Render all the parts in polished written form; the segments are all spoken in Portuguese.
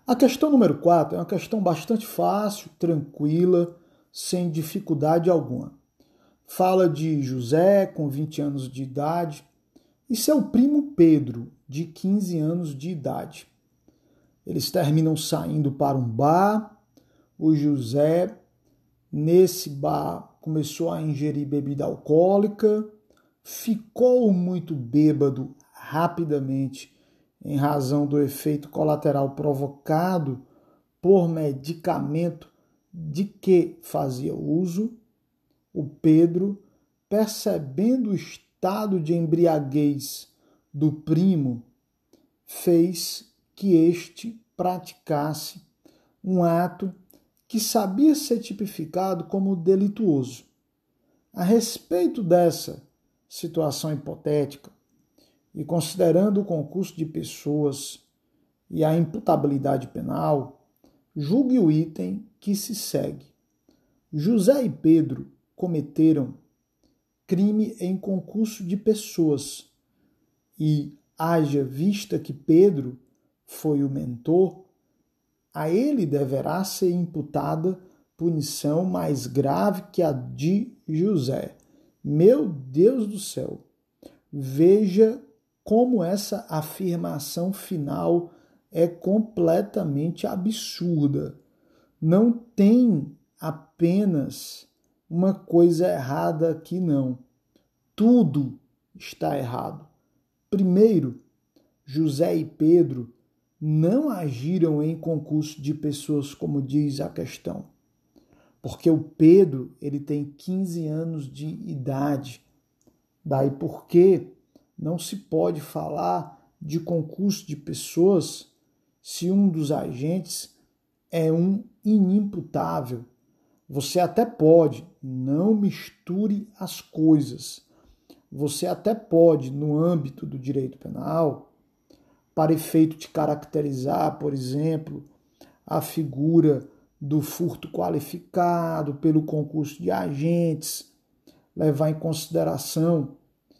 A questão número 4 é uma questão bastante fácil, tranquila, sem dificuldade alguma. Fala de José, com 20 anos de idade, e seu primo Pedro, de 15 anos de idade. Eles terminam saindo para um bar. O José, nesse bar, começou a ingerir bebida alcoólica, ficou muito bêbado rapidamente, em razão do efeito colateral provocado por medicamento de que fazia uso. O Pedro, percebendo o estado de embriaguez do primo, fez que este praticasse um ato que sabia ser tipificado como delituoso. A respeito dessa situação hipotética, e considerando o concurso de pessoas e a imputabilidade penal, julgue o item que se segue. José e Pedro cometeram crime em concurso de pessoas e, haja vista que Pedro foi o mentor, a ele deverá ser imputada punição mais grave que a de José. Meu Deus do céu! Veja como essa afirmação final é completamente absurda. Não tem apenas uma coisa errada aqui, não. Tudo está errado. Primeiro, José e Pedro não agiram em concurso de pessoas, como diz a questão. Porque o Pedro, ele tem 15 anos de idade. Daí porque não se pode falar de concurso de pessoas se um dos agentes é um inimputável. Você até pode, não misture as coisas. Você até pode, no âmbito do direito penal, para efeito de caracterizar, por exemplo, a figura do furto qualificado pelo concurso de agentes, levar em consideração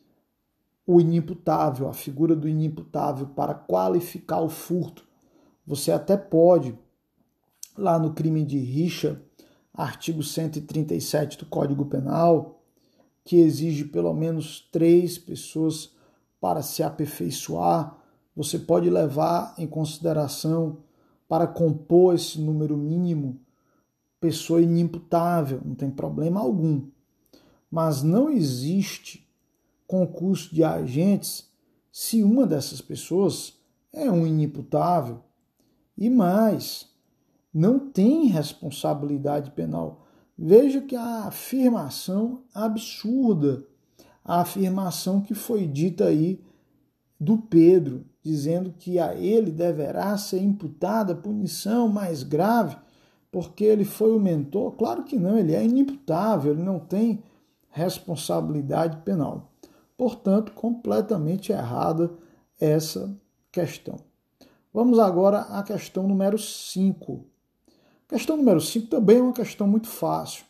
o inimputável, a figura do inimputável para qualificar o furto. Você até pode, lá no crime de rixa, artigo 137 do Código Penal, que exige pelo menos 3 pessoas para se aperfeiçoar, você pode levar em consideração, para compor esse número mínimo, pessoa inimputável, não tem problema algum. Mas não existe concurso de agentes se uma dessas pessoas é um inimputável. E mais, não tem responsabilidade penal. Veja que a afirmação absurda, a afirmação que foi dita aí do Pedro, dizendo que a ele deverá ser imputada punição mais grave porque ele foi o mentor. Claro que não, ele é inimputável, ele não tem responsabilidade penal. Portanto, completamente errada essa questão. Vamos agora à questão número 5. A questão número 5 também é uma questão muito fácil.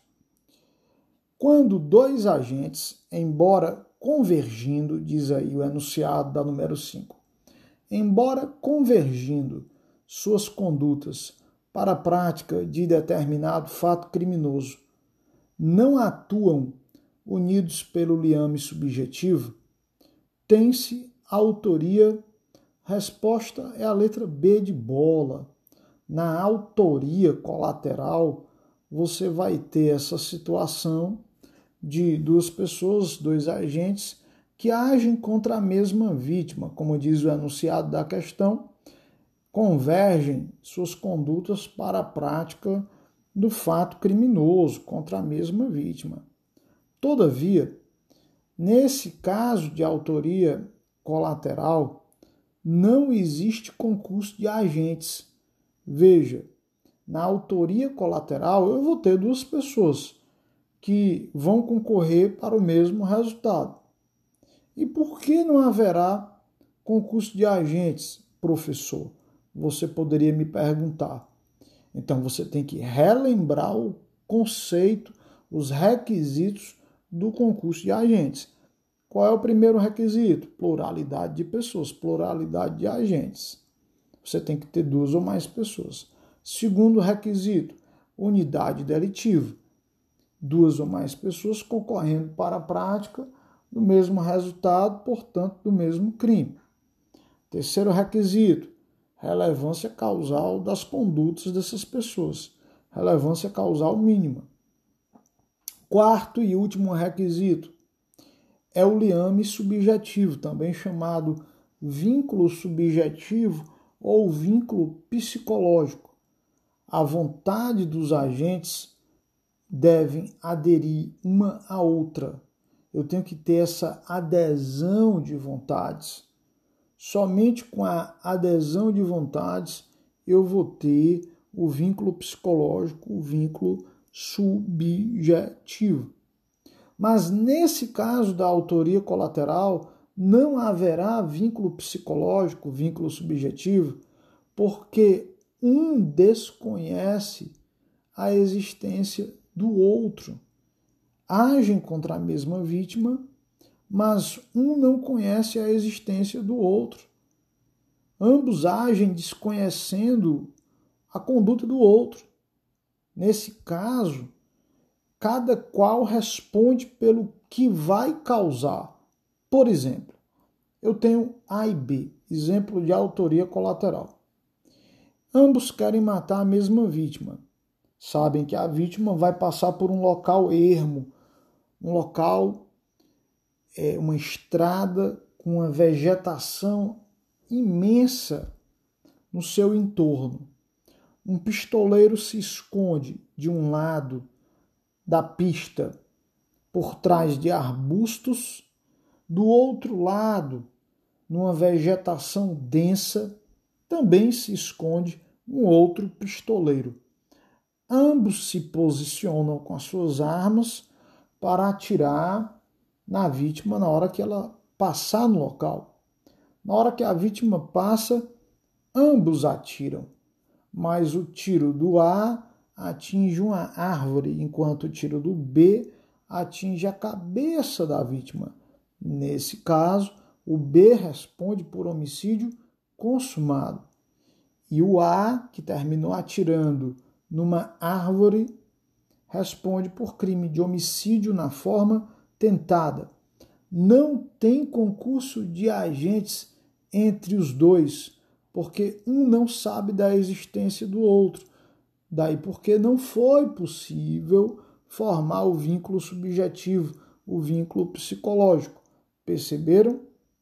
Quando 2 agentes, embora convergindo, diz aí o enunciado da número 5, embora convergindo suas condutas para a prática de determinado fato criminoso, não atuam unidos pelo liame subjetivo, tem-se autoria. Resposta é a letra B de bola. Na autoria colateral, você vai ter essa situação de 2 pessoas, 2 agentes, que agem contra a mesma vítima. Como diz o enunciado da questão, convergem suas condutas para a prática do fato criminoso contra a mesma vítima. Todavia, nesse caso de autoria colateral, não existe concurso de agentes. Veja, na autoria colateral eu vou ter 2 pessoas que vão concorrer para o mesmo resultado. E por que não haverá concurso de agentes, professor? Você poderia me perguntar. Então você tem que relembrar o conceito, os requisitos do concurso de agentes. Qual é o primeiro requisito? Pluralidade de pessoas, pluralidade de agentes. Você tem que ter 2 ou mais pessoas. Segundo requisito, unidade delitiva. 2 ou mais pessoas concorrendo para a prática do mesmo resultado, portanto, do mesmo crime. Terceiro requisito, relevância causal das condutas dessas pessoas. Relevância causal mínima. Quarto e último requisito é o liame subjetivo, também chamado vínculo subjetivo ou vínculo psicológico. A vontade dos agentes devem aderir uma à outra. Eu tenho que ter essa adesão de vontades. Somente com a adesão de vontades eu vou ter o vínculo psicológico, o vínculo subjetivo. Mas nesse caso da autoria colateral, não haverá vínculo psicológico, vínculo subjetivo, porque um desconhece a existência do outro. Agem contra a mesma vítima, mas um não conhece a existência do outro. Ambos agem desconhecendo a conduta do outro. Nesse caso, cada qual responde pelo que vai causar. Por exemplo, eu tenho A e B, exemplo de autoria colateral. Ambos querem matar a mesma vítima. Sabem que a vítima vai passar por um local ermo, um local, uma estrada com uma vegetação imensa no seu entorno. Um pistoleiro se esconde de um lado da pista por trás de arbustos, do outro lado, numa vegetação densa, também se esconde um outro pistoleiro. Ambos se posicionam com as suas armas para atirar na vítima na hora que ela passar no local. Na hora que a vítima passa, ambos atiram, mas o tiro do A atinge uma árvore, enquanto o tiro do B atinge a cabeça da vítima. Nesse caso, o B responde por homicídio consumado. E o A, que terminou atirando numa árvore, responde por crime de homicídio na forma tentada. Não tem concurso de agentes entre os dois, porque um não sabe da existência do outro. Daí porque não foi possível formar o vínculo subjetivo, o vínculo psicológico. Perceberam?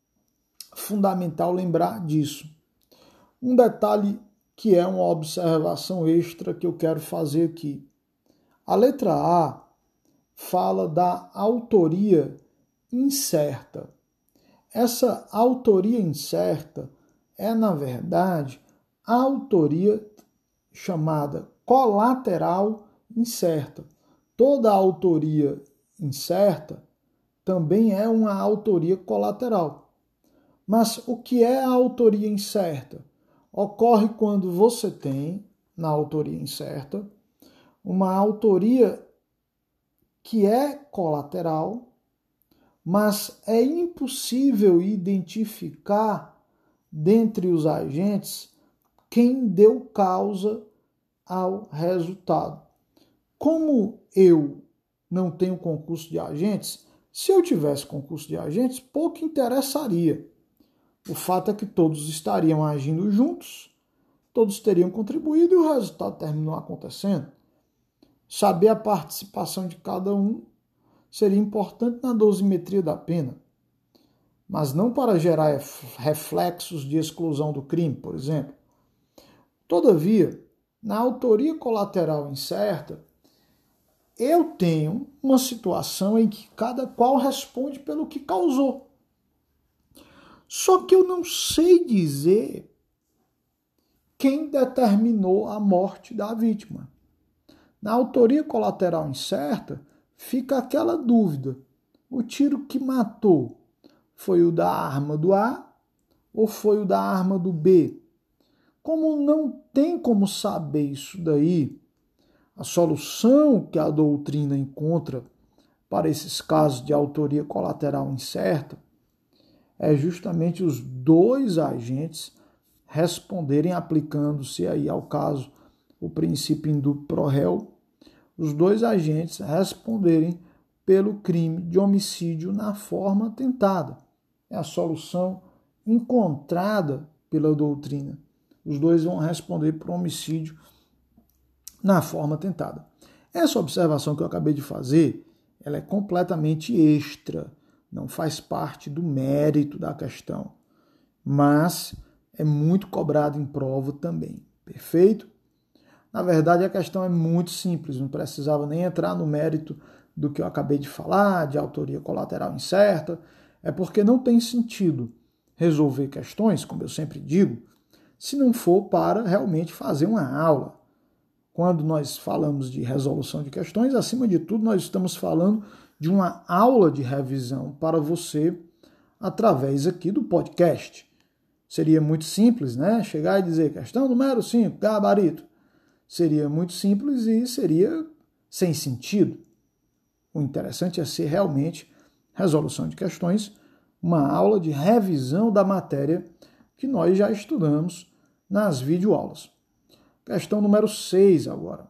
Fundamental lembrar disso. Um detalhe que é uma observação extra que eu quero fazer aqui. A letra A fala da autoria incerta. Essa autoria incerta é, na verdade, a autoria chamada colateral incerta. Toda autoria incerta também é uma autoria colateral. Mas o que é a autoria incerta? Ocorre quando você tem, na autoria incerta, uma autoria que é colateral, mas é impossível identificar dentre os agentes quem deu causa ao resultado. Como eu não tenho concurso de agentes, se eu tivesse concurso de agentes, pouco interessaria. O fato é que todos estariam agindo juntos, todos teriam contribuído e o resultado terminou acontecendo. Saber a participação de cada um seria importante na dosimetria da pena, mas não para gerar reflexos de exclusão do crime, por exemplo. Todavia, na autoria colateral incerta, eu tenho uma situação em que cada qual responde pelo que causou. Só que eu não sei dizer quem determinou a morte da vítima. Na autoria colateral incerta, fica aquela dúvida. O tiro que matou foi o da arma do A ou foi o da arma do B? Como não tem como saber isso daí, a solução que a doutrina encontra para esses casos de autoria colateral incerta é justamente os dois agentes responderem, aplicando-se aí ao caso o princípio indúbio pro réu, os dois agentes responderem pelo crime de homicídio na forma tentada. É a solução encontrada pela doutrina. Os dois vão responder por homicídio na forma tentada. Essa observação que eu acabei de fazer, ela é completamente extra, não faz parte do mérito da questão, mas é muito cobrado em prova também, perfeito? Na verdade, a questão é muito simples, não precisava nem entrar no mérito do que eu acabei de falar, de autoria colateral incerta, é porque não tem sentido resolver questões, como eu sempre digo, se não for para realmente fazer uma aula. Quando nós falamos de resolução de questões, acima de tudo, nós estamos falando de uma aula de revisão para você através aqui do podcast. Seria muito simples, né? Chegar e dizer questão número 5, gabarito. Seria muito simples e seria sem sentido. O interessante é ser realmente resolução de questões, uma aula de revisão da matéria que nós já estudamos nas videoaulas. Questão número 6 agora.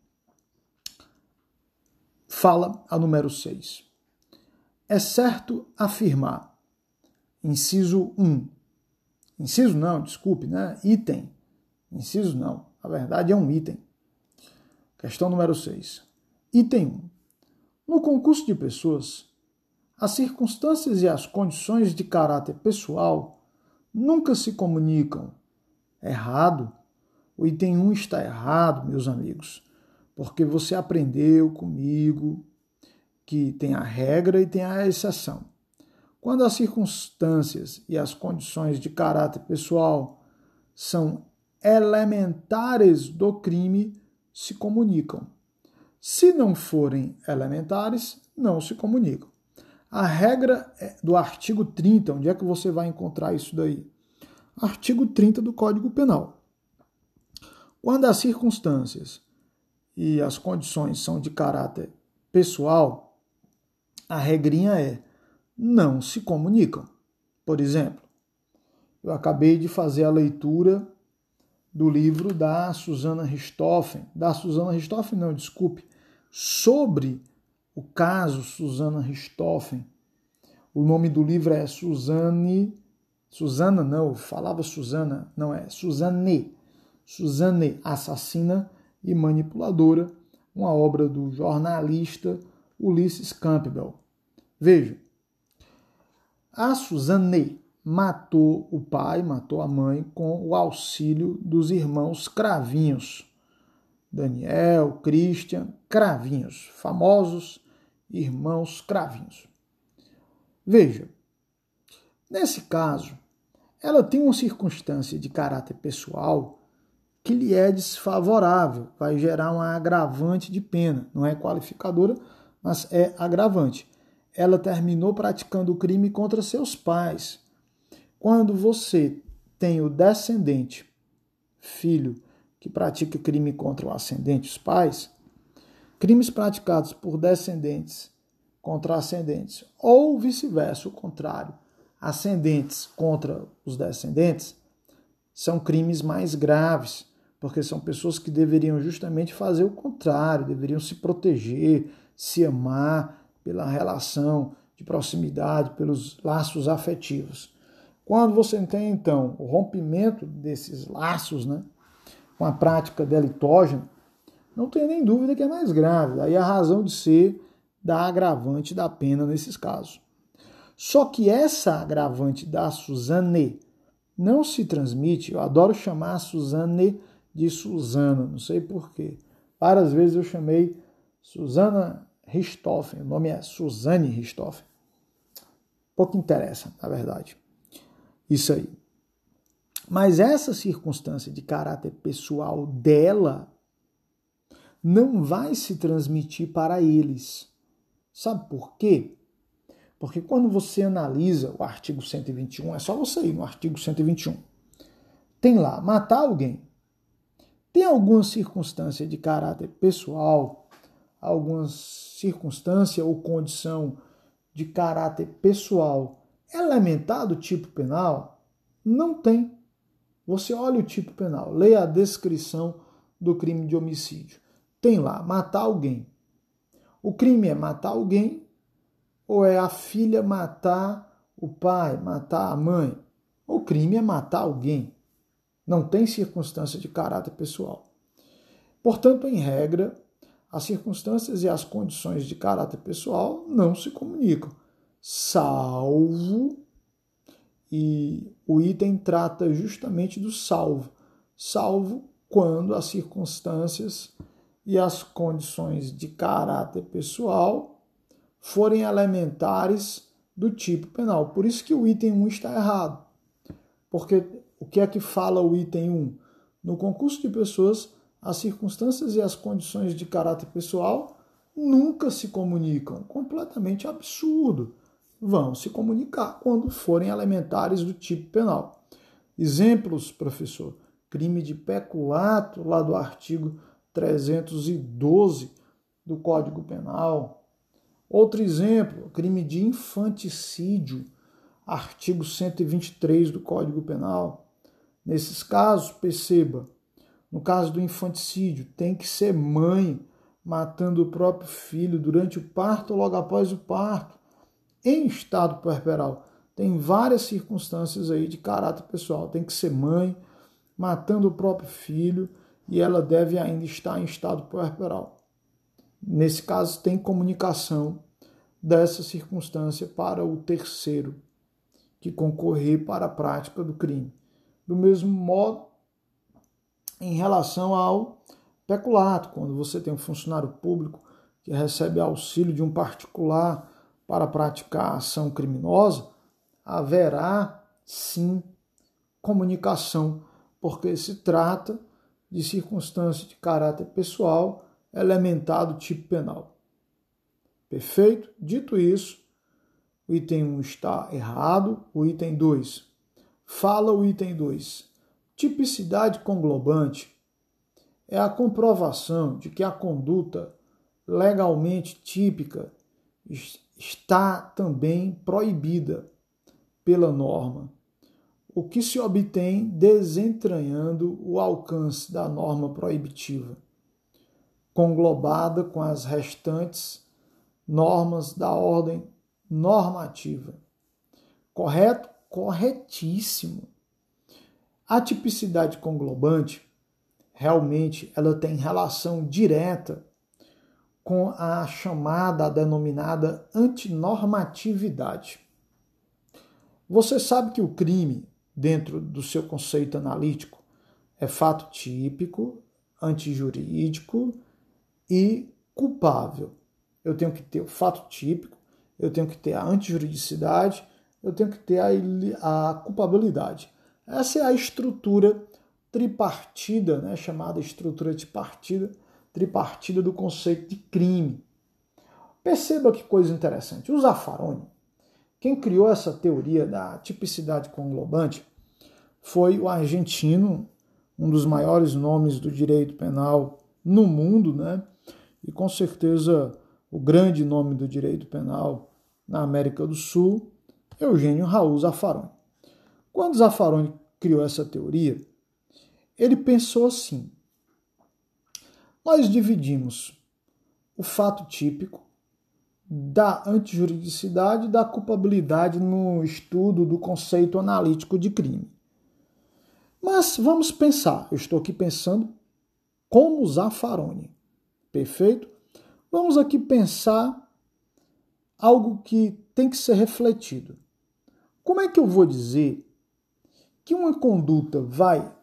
Fala a número 6. É certo afirmar, inciso 1. Inciso não, desculpe, né? Item. Inciso não. Na verdade é um item. Questão número 6. Item 1. No concurso de pessoas, as circunstâncias e as condições de caráter pessoal nunca se comunicam. Errado? O item 1 está errado, meus amigos, porque você aprendeu comigo que tem a regra e tem a exceção. Quando as circunstâncias e as condições de caráter pessoal são elementares do crime, se comunicam. Se não forem elementares, não se comunicam. A regra do artigo 30, onde é que você vai encontrar isso daí? Artigo 30 do Código Penal. Quando as circunstâncias e as condições são de caráter pessoal, a regrinha é não se comunicam. Por exemplo, eu acabei de fazer a leitura do livro da Susana Richthofen, sobre o caso Susana Richthofen. O nome do livro é Suzane, Assassina e Manipuladora, uma obra do jornalista Ulysses Campbell. Veja, a Suzane matou o pai, matou a mãe com o auxílio dos irmãos Cravinhos. Daniel, Christian, Cravinhos, famosos irmãos Cravinhos. Veja, nesse caso, ela tem uma circunstância de caráter pessoal que lhe é desfavorável, vai gerar uma agravante de pena. Não é qualificadora, mas é agravante. Ela terminou praticando o crime contra seus pais. Quando você tem o descendente, filho, que pratica crime contra o ascendente, os pais, crimes praticados por descendentes contra ascendentes, ou vice-versa, o contrário, ascendentes contra os descendentes, são crimes mais graves, porque são pessoas que deveriam justamente fazer o contrário, deveriam se proteger, se amar pela relação de proximidade, pelos laços afetivos. Quando você tem, então, o rompimento desses laços, né, com a prática delitógena, não tem nem dúvida que é mais grave. Aí a razão de ser da agravante da pena nesses casos. Só que essa agravante da Suzane não se transmite, eu adoro chamar a Suzane de Susana, não sei porquê. Várias vezes eu chamei Susana Richthofen, o nome é Suzane Richthofen. Pouco interessa, na verdade. Isso aí. Mas essa circunstância de caráter pessoal dela não vai se transmitir para eles. Sabe por quê? Porque quando você analisa o artigo 121, é só você ir no artigo 121. Tem lá, matar alguém. Tem alguma circunstância de caráter pessoal, alguma circunstância ou condição de caráter pessoal elementar do tipo penal? Não tem. Você olha o tipo penal, leia a descrição do crime de homicídio. Tem lá, matar alguém. O crime é matar alguém ou é a filha matar o pai, matar a mãe? O crime é matar alguém. Não tem circunstância de caráter pessoal. Portanto, em regra, as circunstâncias e as condições de caráter pessoal não se comunicam, salvo, e o item trata justamente do salvo quando as circunstâncias e as condições de caráter pessoal forem elementares do tipo penal. Por isso que o item 1 está errado. Porque o que é que fala o item 1? No concurso de pessoas, as circunstâncias e as condições de caráter pessoal nunca se comunicam. Completamente absurdo. Vão se comunicar quando forem elementares do tipo penal. Exemplos, professor: crime de peculato, lá do artigo 312 do Código Penal. Outro exemplo, crime de infanticídio, artigo 123 do Código Penal. Nesses casos, perceba, no caso do infanticídio, tem que ser mãe matando o próprio filho durante o parto ou logo após o parto, em estado puerperal. Tem várias circunstâncias aí de caráter pessoal. Tem que ser mãe matando o próprio filho e ela deve ainda estar em estado puerperal. Nesse caso, tem comunicação dessa circunstância para o terceiro que concorrer para a prática do crime. Do mesmo modo, em relação ao peculato, quando você tem um funcionário público que recebe auxílio de um particular para praticar a ação criminosa, haverá sim comunicação, porque se trata de circunstância de caráter pessoal elementar do tipo penal. Perfeito? Dito isso, o item 1 está errado. O item 2. Fala o item 2. Tipicidade conglobante é a comprovação de que a conduta legalmente típica está também proibida pela norma, o que se obtém desentranhando o alcance da norma proibitiva, conglobada com as restantes normas da ordem normativa. Correto? Corretíssimo. A tipicidade conglobante, realmente, ela tem relação direta com a chamada, a denominada antinormatividade. Você sabe que o crime, dentro do seu conceito analítico, é fato típico, antijurídico e culpável. Eu tenho que ter o fato típico, eu tenho que ter a antijuridicidade, eu tenho que ter a culpabilidade. Essa é a estrutura tripartida, né, chamada estrutura tripartida do conceito de crime. Perceba que coisa interessante. O Zaffaroni, quem criou essa teoria da tipicidade conglobante, foi o argentino, um dos maiores nomes do direito penal no mundo, né? E com certeza o grande nome do direito penal na América do Sul, Eugênio Raul Zaffaroni. Quando Zaffaroni criou essa teoria, ele pensou assim: nós dividimos o fato típico da antijuridicidade e da culpabilidade no estudo do conceito analítico de crime. Mas vamos pensar, eu estou aqui pensando como Zaffaroni, perfeito? Vamos aqui pensar algo que tem que ser refletido. Como é que eu vou dizer que uma conduta vai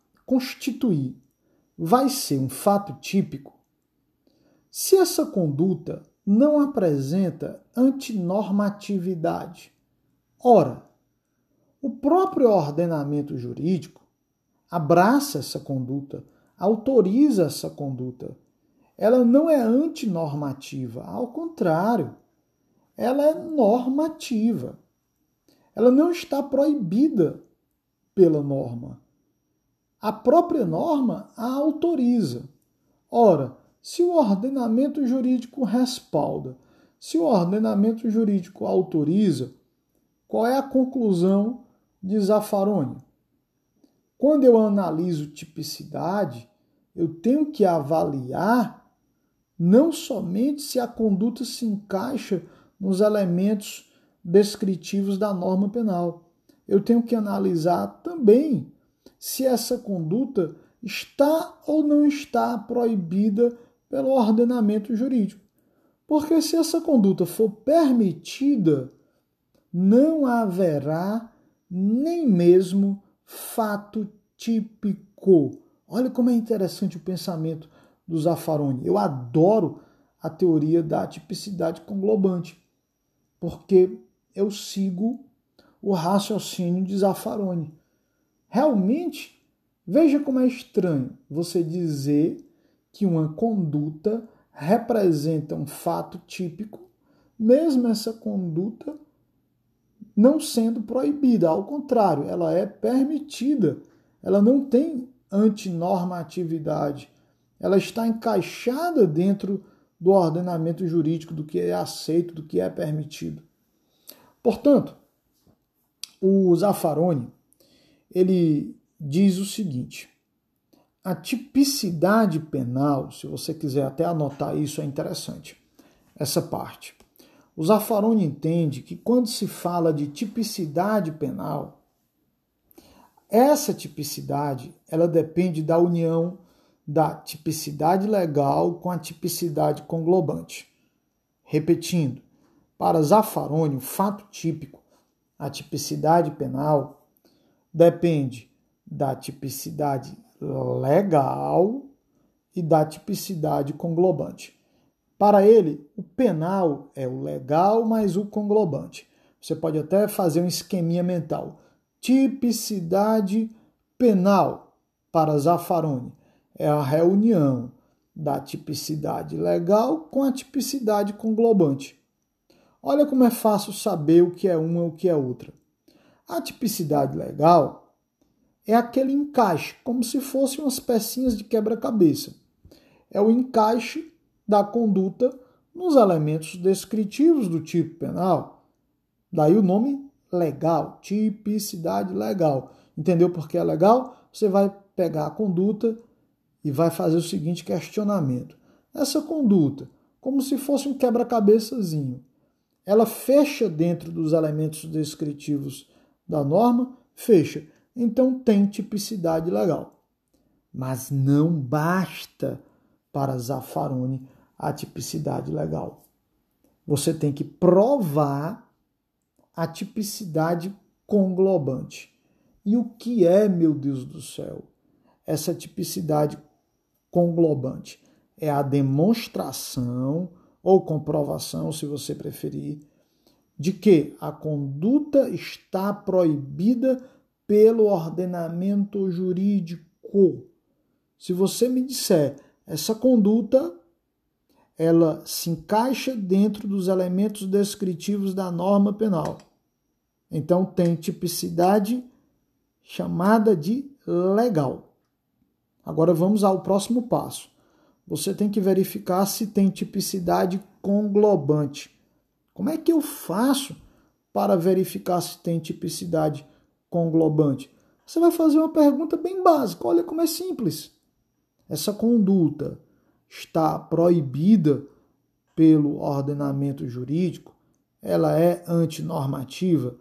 ser um fato típico se essa conduta não apresenta antinormatividade? Ora, o próprio ordenamento jurídico abraça essa conduta, autoriza essa conduta. Ela não é antinormativa, ao contrário, ela é normativa. Ela não está proibida pela norma. A própria norma a autoriza. Ora, se o ordenamento jurídico respalda, se o ordenamento jurídico autoriza, qual é a conclusão de Zaffaroni? quando eu analiso tipicidade, eu tenho que avaliar não somente se a conduta se encaixa nos elementos descritivos da norma penal. Eu tenho que analisar também se essa conduta está ou não está proibida pelo ordenamento jurídico. Porque se essa conduta for permitida, não haverá nem mesmo fato típico. Olha como é interessante o pensamento do Zaffaroni. Eu adoro a teoria da tipicidade conglobante, porque eu sigo o raciocínio de Zaffaroni. Realmente, veja como é estranho você dizer que uma conduta representa um fato típico, mesmo essa conduta não sendo proibida. Ao contrário, ela é permitida. Ela não tem antinormatividade. Ela está encaixada dentro do ordenamento jurídico, do que é aceito, do que é permitido. Portanto, o Zaffaroni, ele diz o seguinte: a tipicidade penal, se você quiser até anotar isso, é interessante, essa parte. O Zaffaroni entende que quando se fala de tipicidade penal, essa tipicidade ela depende da união da tipicidade legal com a tipicidade conglobante. Repetindo, para Zaffaroni, o fato típico, a tipicidade penal, depende da tipicidade legal e da tipicidade conglobante. Para ele, o penal é o legal mais o conglobante. Você pode até fazer um esqueminha mental. Tipicidade penal, para Zaffaroni, é a reunião da tipicidade legal com a tipicidade conglobante. Olha como é fácil saber o que é uma e o que é outra. A tipicidade legal é aquele encaixe, como se fossem umas pecinhas de quebra-cabeça. É o encaixe da conduta nos elementos descritivos do tipo penal. Daí o nome legal, tipicidade legal. Entendeu por que é legal? Você vai pegar a conduta e vai fazer o seguinte questionamento. Essa conduta, como se fosse um quebra-cabeçazinho, ela fecha dentro dos elementos descritivos da norma? Fecha. Então tem tipicidade legal. Mas não basta para Zaffaroni a tipicidade legal. Você tem que provar a tipicidade conglobante. E o que é, meu Deus do céu, essa tipicidade conglobante? É a demonstração ou comprovação, se você preferir, de que a conduta está proibida pelo ordenamento jurídico. Se você me disser, essa conduta, ela se encaixa dentro dos elementos descritivos da norma penal. Então tem tipicidade chamada de legal. Agora vamos ao próximo passo. Você tem que verificar se tem tipicidade conglobante. Como é que eu faço para verificar se tem tipicidade conglobante? Você vai fazer uma pergunta bem básica. Olha como é simples. Essa conduta está proibida pelo ordenamento jurídico? Ela é antinormativa?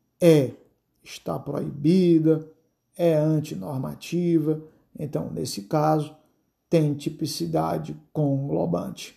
Está proibida? É antinormativa? Então, nesse caso, tem tipicidade conglobante.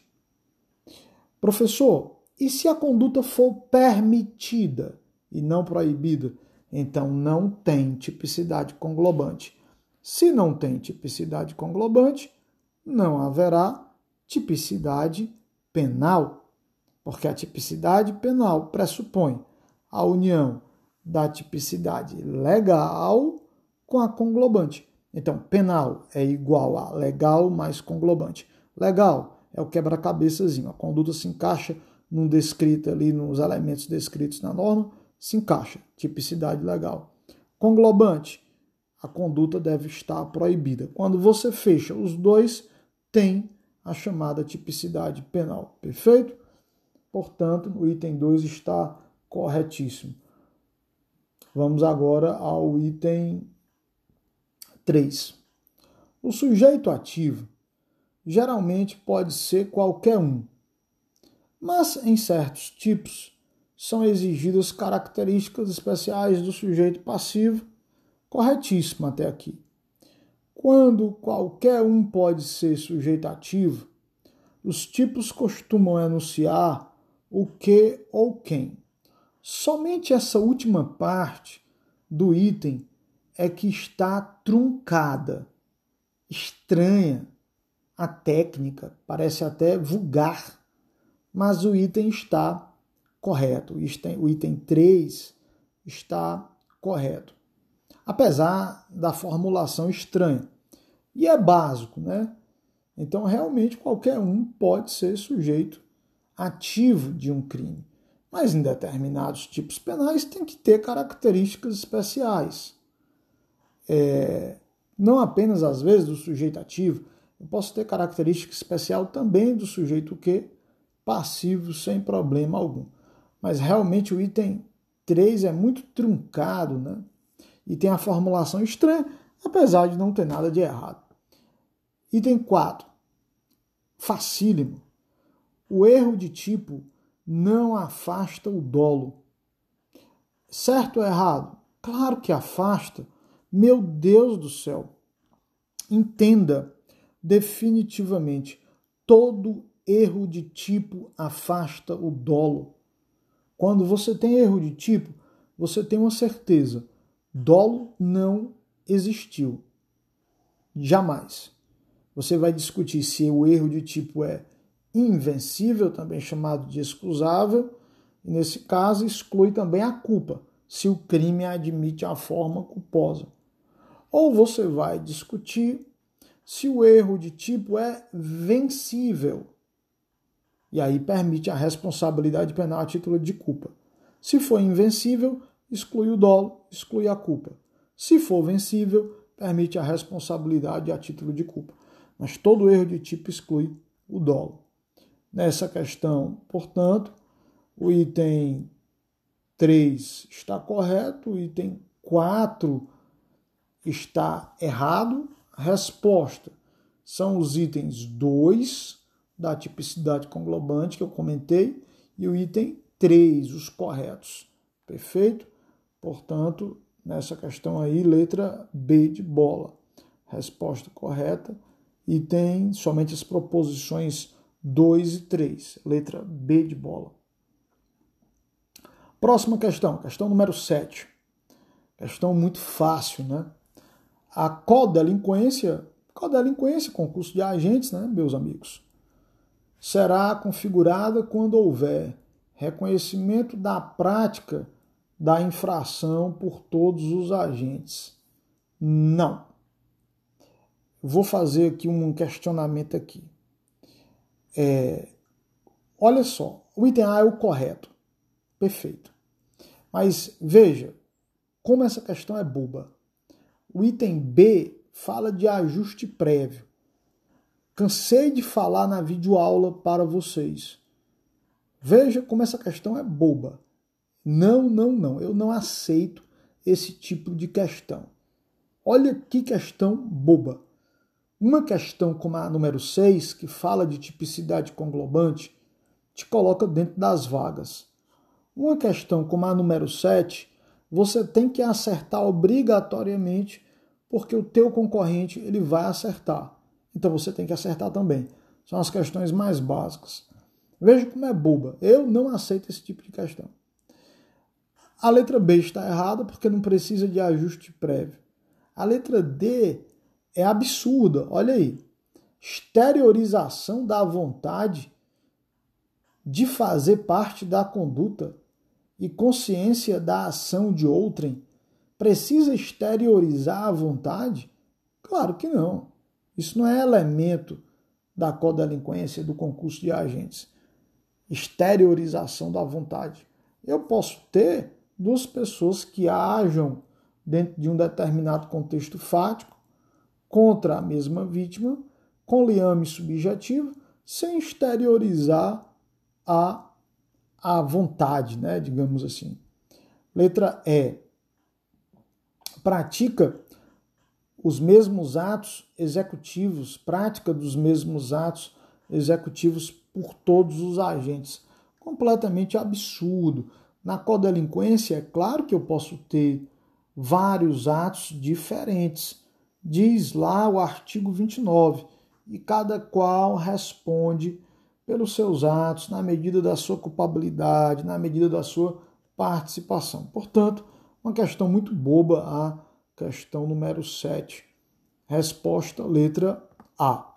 Professor, e se a conduta for permitida e não proibida? Então, não tem tipicidade conglobante. Se não tem tipicidade conglobante, não haverá tipicidade penal, porque a tipicidade penal pressupõe a união da tipicidade legal com a conglobante. Então, penal é igual a legal mais conglobante. Legal é o quebra-cabeçazinho. A conduta se encaixa num descrito ali, nos elementos descritos na norma, se encaixa. Tipicidade legal. Conglobante, a conduta deve estar proibida. Quando você fecha os dois, tem a chamada tipicidade penal. Perfeito? Portanto, o item 2 está corretíssimo. Vamos agora ao item 3. O sujeito ativo geralmente pode ser qualquer um, mas em certos tipos são exigidas características especiais do sujeito passivo. Corretíssimo até aqui. Quando qualquer um pode ser sujeito ativo, os tipos costumam enunciar o que ou quem. Somente essa última parte do item é que está truncada, estranha. A técnica parece até vulgar, mas o item está correto. O item 3 está correto. Apesar da formulação estranha. E é básico, né? Então, realmente, qualquer um pode ser sujeito ativo de um crime. Mas em determinados tipos penais tem que ter características especiais. Não apenas, às vezes, do sujeito ativo, eu posso ter característica especial também do sujeito passivo, sem problema algum. Mas realmente o item 3 é muito truncado, né? E tem a formulação estranha, apesar de não ter nada de errado. Item 4. Facílimo. O erro de tipo não afasta o dolo. Certo ou errado? Claro que afasta. Meu Deus do céu. Entenda definitivamente, todo erro de tipo afasta o dolo. Quando você tem erro de tipo, você tem uma certeza. Dolo não existiu. Jamais. Você vai discutir se o erro de tipo é invencível, também chamado de excusável, e nesse caso exclui também a culpa, se o crime admite a forma culposa. Ou você vai discutir se o erro de tipo é vencível, e aí permite a responsabilidade penal a título de culpa. Se for invencível, exclui o dolo, exclui a culpa. Se for vencível, permite a responsabilidade a título de culpa. Mas todo erro de tipo exclui o dolo. Nessa questão, portanto, o item 3 está correto, o item 4 está errado. A resposta são os itens 2 da tipicidade conglobante que eu comentei e o item 3, os corretos. Perfeito? Portanto, nessa questão aí, letra B de bola. Resposta correta. E tem somente as proposições 2 e 3. Letra B de bola. Próxima questão número 7. Questão muito fácil, né? A codelinquência, concurso de agentes, né, meus amigos, será configurada quando houver reconhecimento da prática da infração por todos os agentes. Não. Vou fazer aqui um questionamento aqui. Olha só, o item A é o correto. Perfeito. Mas veja como essa questão é boba. O item B fala de ajuste prévio. Cansei de falar na videoaula para vocês. Veja como essa questão é boba. Não. Eu não aceito esse tipo de questão. Olha que questão boba. Uma questão como a número 6, que fala de tipicidade conglobante, te coloca dentro das vagas. Uma questão como a número 7, você tem que acertar obrigatoriamente, porque o teu concorrente ele vai acertar. Então você tem que acertar também. São as questões mais básicas. Veja como é boba. Eu não aceito esse tipo de questão. A letra B está errada porque não precisa de ajuste prévio. A letra D é absurda. Olha aí. Exteriorização da vontade de fazer parte da conduta e consciência da ação de outrem. Precisa exteriorizar a vontade? Claro que não. Isso não é elemento da codelinquência do concurso de agentes. Exteriorização da vontade. Eu posso ter duas pessoas que ajam dentro de um determinado contexto fático contra a mesma vítima, com liame subjetivo, sem exteriorizar a vontade, né, digamos assim. Letra E. Pratica os mesmos atos executivos, prática dos mesmos atos executivos por todos os agentes. Completamente absurdo. Na codelinquência, é claro que eu posso ter vários atos diferentes. Diz lá o artigo 29, e cada qual responde pelos seus atos, na medida da sua culpabilidade, na medida da sua participação. Portanto, uma questão muito boba, a questão número 7. Resposta, letra A.